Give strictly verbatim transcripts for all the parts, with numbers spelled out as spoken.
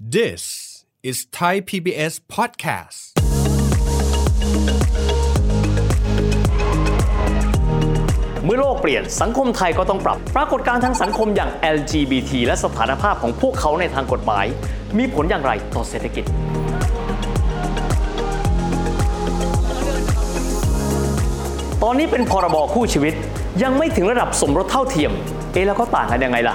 This is Thai พี บี เอส podcast เมื่อโลกเปลี่ยนสังคมไทยก็ต้องปรับปรากฏการณ์ทางสังคมอย่าง แอล จี บี ที และสถานภาพของพวกเขาในทางกฎหมายมีผลอย่างไรต่อเศรษฐกิจตอนนี้เป็นพรบคู่ชีวิตยังไม่ถึงระดับสมรสเท่าเทียมเอ๊ะแล้วก็ต่างกันยังไงล่ะ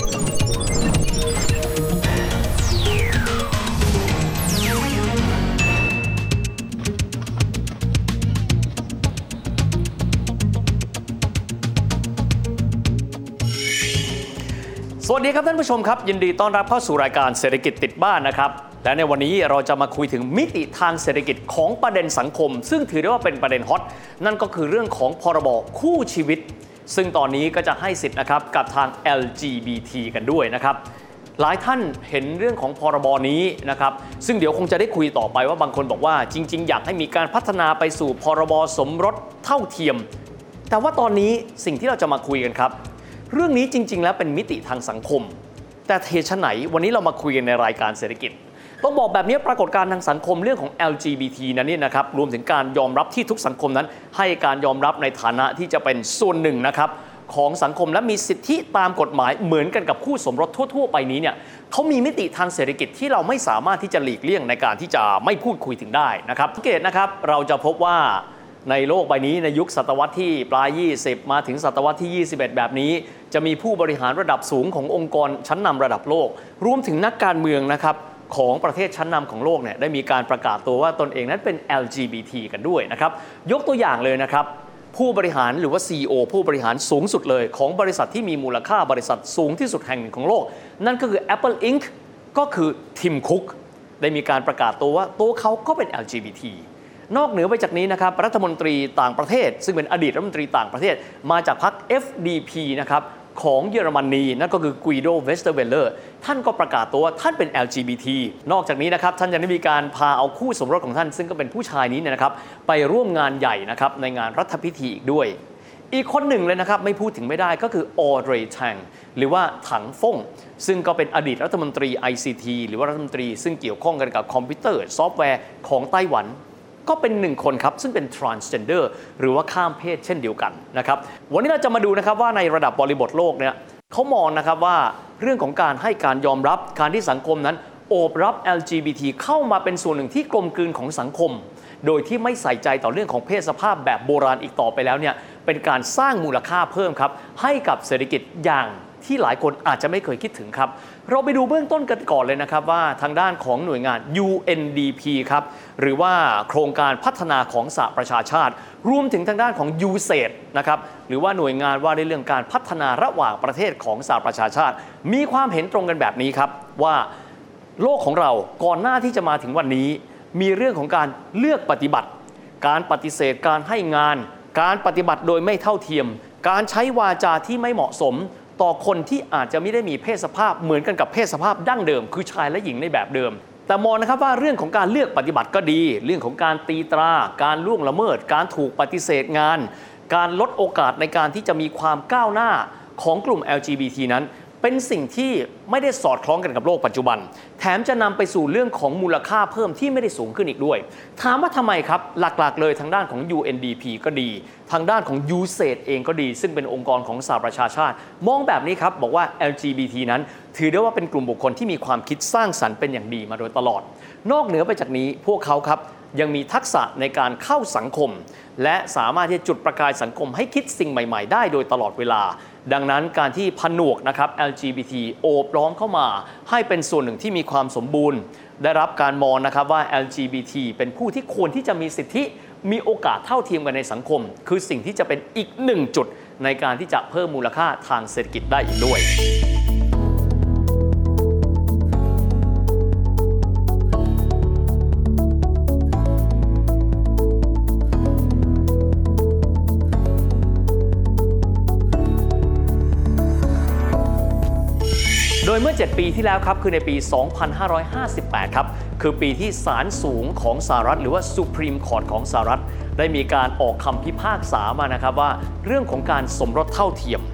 สวัสดีครับท่านผู้ชมครับยินดีต้อนรับเข้าสู่รายการเศรษฐกิจติดบ้านนะครับและในวันนี้เราจะมาคุยถึงมิติทางเศรษฐกิจของประเด็นสังคมซึ่งถือได้ว่าเป็นประเด็นฮอตนั่นก็คือเรื่องของพรบคู่ชีวิตซึ่งตอนนี้ก็จะให้สิทธิ์นะครับกับทาง แอล จี บี ที กันด้วยนะครับหลายท่านเห็นเรื่องของพรบนี้นะครับซึ่งเดี๋ยวคงจะได้คุยต่อไปว่าบางคนบอกว่าจริงๆอยากให้มีการพัฒนาไปสู่พรบสมรสเท่าเทียมแต่ว่าตอนนี้สิ่งที่เราจะมาคุยกันครับเรื่องนี้จริงๆแล้วเป็นมิติทางสังคมแต่เหตุไหนวันนี้เรามาคุยกันในรายการเศรษฐกิจต้องบอกแบบนี้ปรากฏการณ์ทางสังคมเรื่องของ แอล จี บี ที นั้นนี่นะครับรวมถึงการยอมรับที่ทุกสังคมนั้นให้การยอมรับในฐานะที่จะเป็นส่วนหนึ่งนะครับของสังคมและมีสิทธิตามกฎหมายเหมือนกันกับคู่สมรสทั่วๆไปนี้เนี่ยเขามีมิติทางเศรษฐกิจที่เราไม่สามารถที่จะหลีกเลี่ยงในการที่จะไม่พูดคุยถึงได้นะครับสังเกตนะครับเราจะพบว่าในโลกใบนี้ในยุคศตวรรษที่ปลายยี่สิบมาถึงศตวรรษที่ยี่สิบเอ็ดแบบนี้จะมีผู้บริหารระดับสูงขององค์กรชั้นนำระดับโลกรวมถึงนักการเมืองนะครับของประเทศชั้นนำของโลกเนี่ยได้มีการประกาศตัวว่าตนเองนั้นเป็น แอล จี บี ที กันด้วยนะครับยกตัวอย่างเลยนะครับผู้บริหารหรือว่า ซี อี โอ ผู้บริหารสูงสุดเลยของบริษัทที่มีมูลค่าบริษัทสูงที่สุดแห่งหนึ่งของโลกนั่นก็คือ Apple อิงค์ ก็คือทิมคุกได้มีการประกาศตัวว่าตัวเขาก็เป็น แอล จี บี ทีนอกเหนือไปจากนี้นะครับรัฐมนตรีต่างประเทศซึ่งเป็นอดีตรัฐมนตรีต่างประเทศมาจากพรรค เอฟ ดี พี นะครับของเยอรมนีนั่นก็คือกุยโด เวสเตอร์เวลเลอร์ท่านก็ประกาศตัวว่าท่านเป็น แอล จี บี ที นอกจากนี้นะครับท่านยังได้มีการพาเอาคู่สมรสของท่านซึ่งก็เป็นผู้ชายนี้เนี่ยนะครับไปร่วมงานใหญ่นะครับในงานรัฐพิธีอีกด้วยอีกคนหนึ่งเลยนะครับไม่พูดถึงไม่ได้ก็คือออเดรย์ แทงหรือว่าถังฟ่งซึ่งก็เป็นอดีตรัฐมนตรี ไอ ซี ที หรือว่ารัฐมนตรีซึ่งเกี่ยวข้องกันกับคอมพิวเตอร์ซอฟต์แวร์ของไต้หวันก็เป็นหนึ่งคนครับซึ่งเป็น transgender หรือว่าข้ามเพศเช่นเดียวกันนะครับวันนี้เราจะมาดูนะครับว่าในระดับบริบทโลกเนี่ยเขามองนะครับว่าเรื่องของการให้การยอมรับการที่สังคมนั้นโอบรับ แอล จี บี ที เข้ามาเป็นส่วนหนึ่งที่กลมกลืนของสังคมโดยที่ไม่ใส่ใจต่อเรื่องของเพศสภาพแบบโบราณอีกต่อไปแล้วเนี่ยเป็นการสร้างมูลค่าเพิ่มครับให้กับเศรษฐกิจอย่างที่หลายคนอาจจะไม่เคยคิดถึงครับเราไปดูเบื้องต้นกันก่อนเลยนะครับว่าทางด้านของหน่วยงาน ยู เอ็น ดี พี ครับหรือว่าโครงการพัฒนาของสหประชาชาติรวมถึงทางด้านของ ยู เซด นะครับหรือว่าหน่วยงานว่าในเรื่องการพัฒนาระหว่างประเทศของสหประชาชาติมีความเห็นตรงกันแบบนี้ครับว่าโลกของเราก่อนหน้าที่จะมาถึงวันนี้มีเรื่องของการเลือกปฏิบัติการปฏิเสธการให้งานการปฏิบัติโดยไม่เท่าเทียมการใช้วาจาที่ไม่เหมาะสมต่อคนที่อาจจะไม่ได้มีเพศสภาพเหมือนกันกับเพศสภาพดั้งเดิมคือชายและหญิงในแบบเดิมแต่มองนะครับว่าเรื่องของการเลือกปฏิบัติก็ดีเรื่องของการตีตราการล่วงละเมิดการถูกปฏิเสธงานการลดโอกาสในการที่จะมีความก้าวหน้าของกลุ่ม แอล จี บี ที นั้นเป็นสิ่งที่ไม่ได้สอดคล้องกันกับโลกปัจจุบันแถมจะนำไปสู่เรื่องของมูลค่าเพิ่มที่ไม่ได้สูงขึ้นอีกด้วยถามว่าทำไมครับหลักๆเลยทางด้านของ ยู เอ็น ดี พี ก็ดีทางด้านของ ยู เซด เองก็ดีซึ่งเป็นองค์กรของสหประชาชาติมองแบบนี้ครับบอกว่า แอล จี บี ที นั้นถือได้ว่าเป็นกลุ่มบุคคลที่มีความคิดสร้างสรรค์เป็นอย่างดีมาโดยตลอดนอกเหนือไปจากนี้พวกเขาครับยังมีทักษะในการเข้าสังคมและสามารถที่จะจุดประกายสังคมให้คิดสิ่งใหม่ๆได้โดยตลอดเวลาดังนั้นการที่ผนวกนะครับ แอล จี บี ที โอบล้อมเข้ามาให้เป็นส่วนหนึ่งที่มีความสมบูรณ์ได้รับการมองนะครับว่า แอล จี บี ที เป็นผู้ที่ควรที่จะมีสิทธิมีโอกาสเท่าเทียมกันในสังคมคือสิ่งที่จะเป็นอีกหนึ่งจุดในการที่จะเพิ่มมูลค่าทางเศรษฐกิจได้อีกด้วยโดยเมื่อเจ็ดปีที่แล้วครับคือในปี สองพันห้าร้อยห้าสิบแปด ครับคือปีที่ศาลสูงของสหรัฐหรือว่า Supreme Court ของสหรัฐได้มีการออกคำพิพากษามานะครับว่าเรื่องของการสมรสเท่าเทียม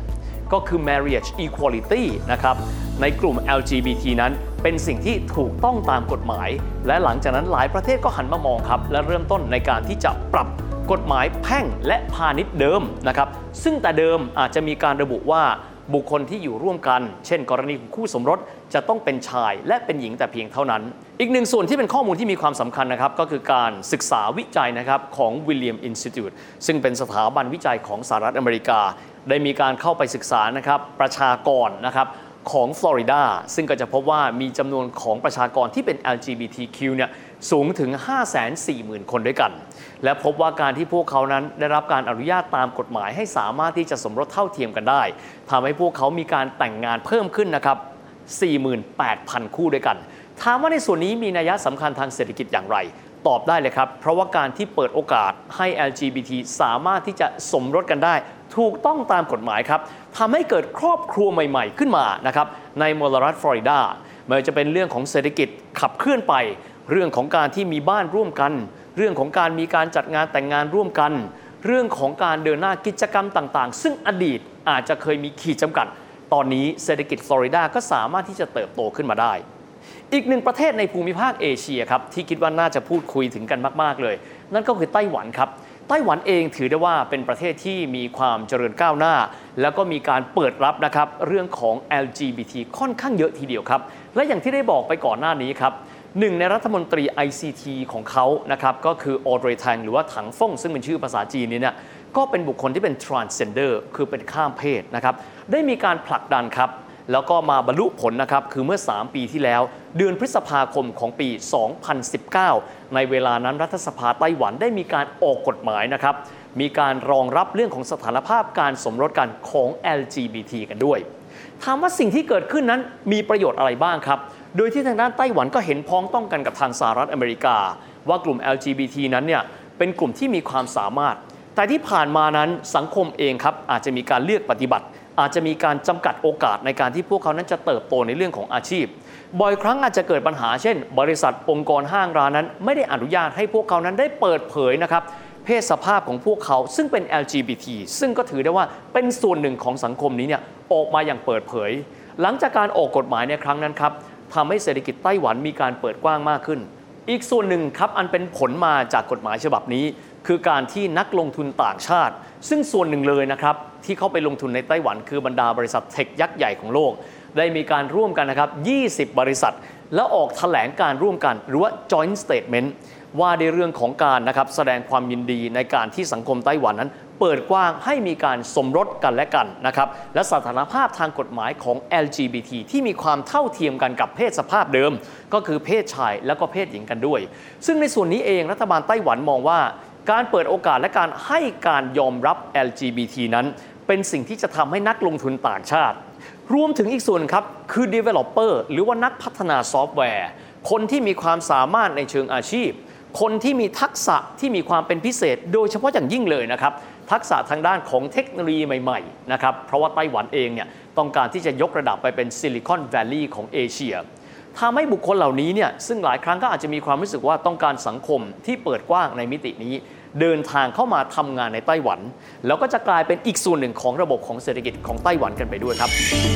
ก็คือ marriage equality นะครับในกลุ่ม แอล จี บี ที นั้นเป็นสิ่งที่ถูกต้องตามกฎหมายและหลังจากนั้นหลายประเทศก็หันมามองครับและเริ่มต้นในการที่จะปรับกฎหมายแพ่งและพาณิชย์เดิมนะครับซึ่งแต่เดิมอาจจะมีการระบุว่าบุคคลที่อยู่ร่วมกันเช่นกรณีของคู่สมรสจะต้องเป็นชายและเป็นหญิงแต่เพียงเท่านั้นอีกหนึ่งส่วนที่เป็นข้อมูลที่มีความสำคัญนะครับก็คือการศึกษาวิจัยนะครับของ William Institute ซึ่งเป็นสถาบันวิจัยของสหรัฐอเมริกาได้มีการเข้าไปศึกษานะครับประชากรนะครับของฟลอริดาซึ่งก็จะพบว่ามีจำนวนของประชากรที่เป็น แอล จี บี ที คิว เนี่ยสูงถึง ห้าแสนสี่หมื่น คนด้วยกันและพบว่าการที่พวกเขานั้นได้รับการอนุญาตตามกฎหมายให้สามารถที่จะสมรสเท่าเทียมกันได้ทำให้พวกเขามีการแต่งงานเพิ่มขึ้นนะครับ สี่หมื่นแปดพัน คู่ด้วยกันถามว่าในส่วนนี้มีนัยสำคัญทางเศรษฐกิจอย่างไรตอบได้เลยครับเพราะว่าการที่เปิดโอกาสให้ แอล จี บี ที สามารถที่จะสมรสกันได้ถูกต้องตามกฎหมายครับทำให้เกิดครอบครัวใหม่ๆขึ้นมานะครับในมลรัฐฟลอริดาไม่ว่าจะเป็นเรื่องของเศรษฐกิจขับเคลื่อนไปเรื่องของการที่มีบ้านร่วมกันเรื่องของการมีการจัดงานแต่งงานร่วมกันเรื่องของการเดินหน้ากิจกรรมต่างๆซึ่งอดีตอาจจะเคยมีขีดจำกัดตอนนี้เศรษฐกิจฟลอริดาก็สามารถที่จะเติบโตขึ้นมาได้อีกหนึ่งประเทศในภูมิภาคเอเชียครับที่คิดว่าน่าจะพูดคุยถึงกันมากๆเลยนั่นก็คือไต้หวันครับไต้หวันเองถือได้ว่าเป็นประเทศที่มีความเจริญก้าวหน้าแล้วก็มีการเปิดรับนะครับเรื่องของ แอล จี บี ที ค่อนข้างเยอะทีเดียวครับและอย่างที่ได้บอกไปก่อนหน้านี้ครับหนึ่งในรัฐมนตรี ไอ ซี ที ของเขานะครับก็คือออเดรแทงหรือว่าถังฟ่งซึ่งเป็นชื่อภาษาจีนนี้เนี่ยก็เป็นบุคคลที่เป็น transgender คือเป็นข้ามเพศนะครับได้มีการผลักดันครับแล้วก็มาบรรลุผลนะครับคือเมื่อสามปีที่แล้วเดือนพฤษภาคมของปีสองพันสิบเก้าในเวลานั้นรัฐสภาไต้หวันได้มีการออกกฎหมายนะครับมีการรองรับเรื่องของสถานภาพการสมรสกันของ แอล จี บี ที กันด้วยถามว่าสิ่งที่เกิดขึ้นนั้นมีประโยชน์อะไรบ้างครับโดยที่ทางด้านไต้หวันก็เห็นพ้องต้องกันกับทางสหรัฐอเมริกาว่ากลุ่ม แอล จี บี ที นั้นเนี่ยเป็นกลุ่มที่มีความสามารถแต่ที่ผ่านมานั้นสังคมเองครับอาจจะมีการเลือกปฏิบัติอาจจะมีการจำกัดโอกาสในการที่พวกเขานั้นจะเติบโตในเรื่องของอาชีพบ่อยครั้งอาจจะเกิดปัญหาเช่นบริษัทองค์กรห้างร้านนั้นไม่ได้อนุญาตให้พวกเขานั้นได้เปิดเผยนะครับเพศสภาพของพวกเขาซึ่งเป็น แอล จี บี ที ซึ่งก็ถือได้ว่าเป็นส่วนหนึ่งของสังคมนี้เนี่ยออกมาอย่างเปิดเผยหลังจากการออกกฎหมายในครั้งนั้นครับทำให้เศรษฐกิจไต้หวันมีการเปิดกว้างมากขึ้นอีกส่วนหนึ่งครับอันเป็นผลมาจากกฎหมายฉบับนี้คือการที่นักลงทุนต่างชาติซึ่งส่วนหนึ่งเลยนะครับที่เข้าไปลงทุนในไต้หวันคือบรรดาบริษัทเทคยักษ์ใหญ่ของโลกได้มีการร่วมกันนะครับยี่สิบบริษัทแล้วออกแถลงการร่วมกันหรือว่า joint statement ว่าในเรื่องของการนะครับแสดงความยินดีในการที่สังคมไต้หวันนั้นเปิดกว้างให้มีการสมรสกันและกันนะครับและสถานภาพทางกฎหมายของ แอล จี บี ที ที่มีความเท่าเทียมกันกับเพศสภาพเดิมก็คือเพศชายและก็เพศหญิงกันด้วยซึ่งในส่วนนี้เองรัฐบาลไต้หวันมองว่าการเปิดโอกาสและการให้การยอมรับ แอล จี บี ที นั้นเป็นสิ่งที่จะทำให้นักลงทุนต่างชาติรวมถึงอีกส่วนครับคือ developer หรือว่านักพัฒนาซอฟต์แวร์คนที่มีความสามารถในเชิงอาชีพคนที่มีทักษะที่มีความเป็นพิเศษโดยเฉพาะอย่างยิ่งเลยนะครับทักษะทางด้านของเทคโนโลยีใหม่ๆนะครับเพราะว่าไต้หวันเองเนี่ยต้องการที่จะยกระดับไปเป็นซิลิคอนแวลลีย์ของเอเชียทำให้บุคคลเหล่านี้เนี่ยซึ่งหลายครั้งก็อาจจะมีความรู้สึกว่าต้องการสังคมที่เปิดกว้างในมิตินี้เดินทางเข้ามาทำงานในไต้หวันแล้วก็จะกลายเป็นอีกส่วนหนึ่งของระบบของเศรษฐกิจของไต้หวันกันไปด้วยครับ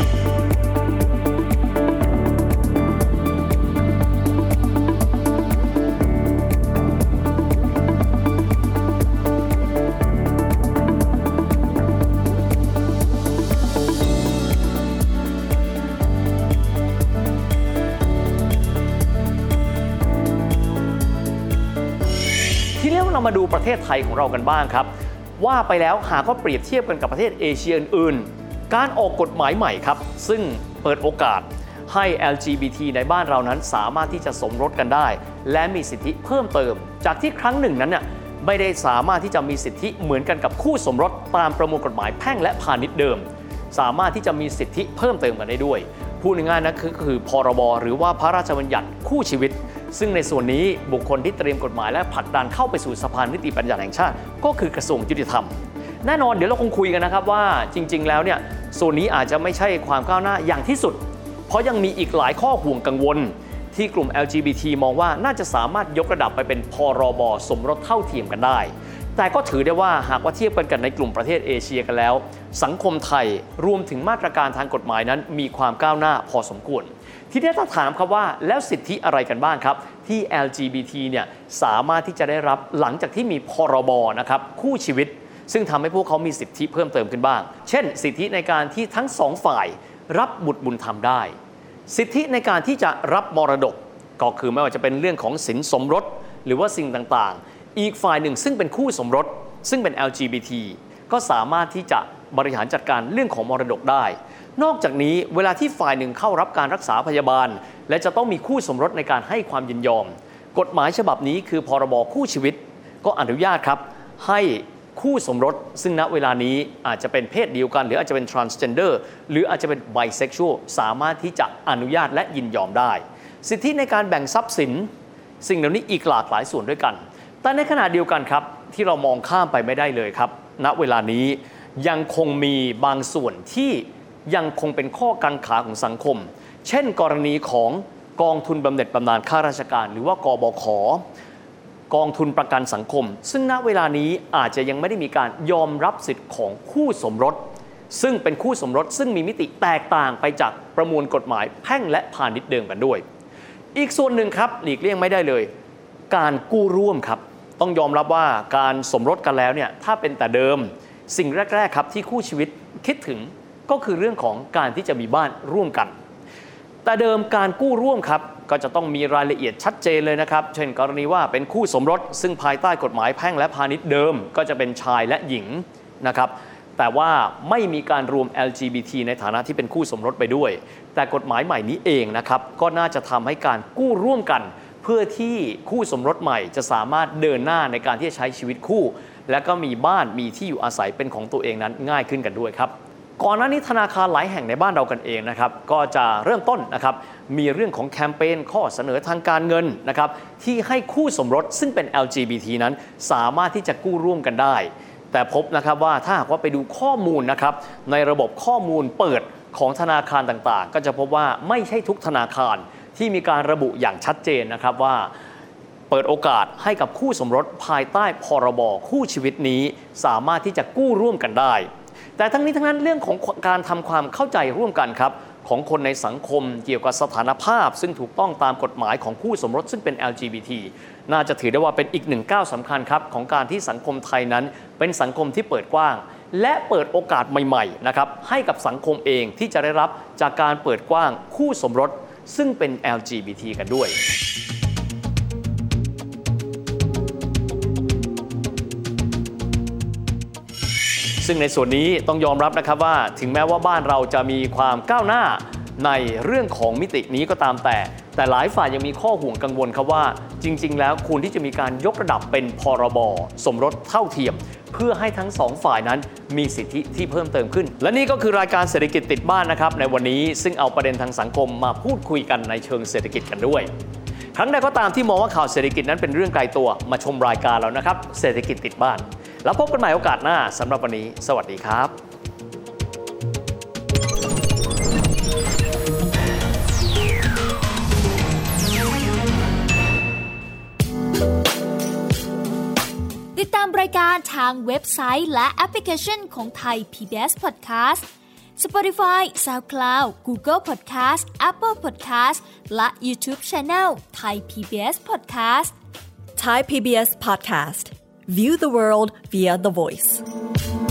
เรามาดูประเทศไทยของเรากันบ้างครับว่าไปแล้วหากว่าเปรียบเทียบกันกับประเทศเอเชียอื่นๆการออกกฎหมายใหม่ครับซึ่งเปิดโอกาสให้ แอล จี บี ที ในบ้านเรานั้นสามารถที่จะสมรสกันได้และมีสิทธิเพิ่มเติมจากที่ครั้งหนึ่งนั้นเนี่ยไม่ได้สามารถที่จะมีสิทธิเหมือนกันกับคู่สมรสตามประมวลกฎหมายแพ่งและพาณิชย์เดิมสามารถที่จะมีสิทธิเพิ่มเติมกันได้ด้วยพูดง่ายๆนะคือคือพรบหรือว่าพระราชบัญญัติคู่ชีวิตซึ่งในส่วนนี้บุคคลที่เตรียมกฎหมายและผลักดันเข้าไปสู่สภานิติบัญญัติแห่งชาติก็คือกระทรวงยุติธรรมแน่นอนเดี๋ยวเราคงคุยกันนะครับว่าจริงๆแล้วเนี่ยส่วนนี้อาจจะไม่ใช่ความก้าวหน้าอย่างที่สุดเพราะยังมีอีกหลายข้อห่วงกังวลที่กลุ่ม แอล จี บี ที มองว่าน่าจะสามารถยกระดับไปเป็นพรบสมรสเท่าเทียมกันได้แต่ก็ถือได้ว่าหากว่าเทียบกันกันในกลุ่มประเทศเอเชียกันแล้วสังคมไทยรวมถึงมาตรการทางกฎหมายนั้นมีความก้าวหน้าพอสมควรทีนี้ต้องถามครับว่าแล้วสิทธิอะไรกันบ้างครับที่ แอล จี บี ที เนี่ยสามารถที่จะได้รับหลังจากที่มีพรบนะครับคู่ชีวิตซึ่งทำให้พวกเขามีสิทธิเพิ่มเติมขึ้นบ้างเช่นสิทธิในการที่ทั้งสองฝ่ายรับบุตรบุญธรรมได้สิทธิในการที่จะรับมรดกก็คือไม่ว่าจะเป็นเรื่องของสินสมรสหรือว่าสิ่งต่างๆอีกฝ่ายหนึ่งซึ่งเป็นคู่สมรสซึ่งเป็น แอล จี บี ที ก็สามารถที่จะบริหารจัดการเรื่องของมรดกได้นอกจากนี้เวลาที่ฝ่ายหนึ่งเข้ารับการรักษาพยาบาลและจะต้องมีคู่สมรสในการให้ความยินยอมกฎหมายฉบับนี้คือพรบคู่ชีวิตก็อนุญาตครับให้คู่สมรสซึ่งณเวลานี้อาจจะเป็นเพศเดียวกันหรืออาจจะเป็น transgender หรืออาจจะเป็น bisexual สามารถที่จะอนุญาตและยินยอมได้สิทธิในการแบ่งทรัพย์สินสิ่งเหล่านี้อีกหลากหลายส่วนด้วยกันแต่ในขณะเดียวกันครับที่เรามองข้ามไปไม่ได้เลยครับณเวลานี้ยังคงมีบางส่วนที่ยังคงเป็นข้อกังขาของสังคมเช่นกรณีของกองทุนบำเหน็จบำนาญข้าราชการหรือว่ากบข.กองทุนประกันสังคมซึ่งณเวลานี้อาจจะยังไม่ได้มีการยอมรับสิทธิ์ของคู่สมรสซึ่งเป็นคู่สมรสซึ่งมีมิติแตกต่างไปจากประมวลกฎหมายแพ่งและพาณิชย์เดิมกันด้วยอีกส่วนหนึ่งครับหลีกเลี่ยงไม่ได้เลยการกู้ร่วมครับต้องยอมรับว่าการสมรสกันแล้วเนี่ยถ้าเป็นแต่เดิมสิ่งแรกๆครับที่คู่ชีวิตคิดถึงก็คือเรื่องของการที่จะมีบ้านร่วมกันแต่เดิมการกู้ร่วมครับก็จะต้องมีรายละเอียดชัดเจนเลยนะครับเช่นกรณีว่าเป็นคู่สมรสซึ่งภายใต้กฎหมายแพ่งและพาณิชย์เดิมก็จะเป็นชายและหญิงนะครับแต่ว่าไม่มีการรวม แอล จี บี ที ในฐานะที่เป็นคู่สมรสไปด้วยแต่กฎหมายใหม่นี้เองนะครับก็น่าจะทำให้การกู้ร่วมกันเพื่อที่คู่สมรสใหม่จะสามารถเดินหน้าในการที่จะใช้ชีวิตคู่และก็มีบ้านมีที่อยู่อาศัยเป็นของตัวเองนั้นง่ายขึ้นกันด้วยครับก่อนหน้านี้ธนาคารหลายแห่งในบ้านเรากันเองนะครับก็จะเริ่มต้นนะครับมีเรื่องของแคมเปญข้อเสนอทางการเงินนะครับที่ให้คู่สมรสซึ่งเป็น แอล จี บี ที นั้นสามารถที่จะกู้ร่วมกันได้แต่พบนะครับว่าถ้าหากว่าไปดูข้อมูลนะครับในระบบข้อมูลเปิดของธนาคารต่างๆก็จะพบว่าไม่ใช่ทุกธนาคารที่มีการระบุอย่างชัดเจนนะครับว่าเปิดโอกาสให้กับคู่สมรสภายใต้พรบคู่ชีวิตนี้สามารถที่จะกู้ร่วมกันได้แต่ทั้งนี้ทั้งนั้นเรื่องของการทำความเข้าใจร่วมกันครับของคนในสังคมเกี่ยวกับสถานภาพซึ่งถูกต้องตามกฎหมายของคู่สมรสซึ่งเป็น แอล จี บี ที น่าจะถือได้ว่าเป็นอีกหนึ่งก้าวสำคัญครับของการที่สังคมไทยนั้นเป็นสังคมที่เปิดกว้างและเปิดโอกาสใหม่ๆนะครับให้กับสังคมเองที่จะได้รับจากการเปิดกว้างคู่สมรสซึ่งเป็น แอล จี บี ที กันด้วยซึ่งในส่วนนี้ต้องยอมรับนะครับว่าถึงแม้ว่าบ้านเราจะมีความก้าวหน้าในเรื่องของมิตินี้ก็ตามแต่แต่หลายฝ่ายยังมีข้อห่วงกังวลครับว่าจริงๆแล้วควรที่จะมีการยกระดับเป็นพรบสมรสเท่าเทียมเพื่อให้ทั้งสองฝ่ายนั้นมีสิทธิที่เพิ่มเติมขึ้นและนี่ก็คือรายการเศรษฐกิจติดบ้านนะครับในวันนี้ซึ่งเอาประเด็นทางสังคมมาพูดคุยกันในเชิงเศรษฐกิจกันด้วยครั้งใดก็ตามที่มองว่าข่าวเศรษฐกิจนั้นเป็นเรื่องไกลตัวมาชมรายการเรานะครับเศรษฐกิจติดบ้านแล้วพบกันใหม่โอกาสหน้าสำหรับวันนี้สวัสดีครับติดตามรายการทางเว็บไซต์และแอปพลิเคชันของไทย พี บี เอส Podcast Spotify, SoundCloud, Google Podcast, Apple Podcast และ YouTube Channel Thai พี บี เอส Podcast Thai พี บี เอส Podcast View the world via the voice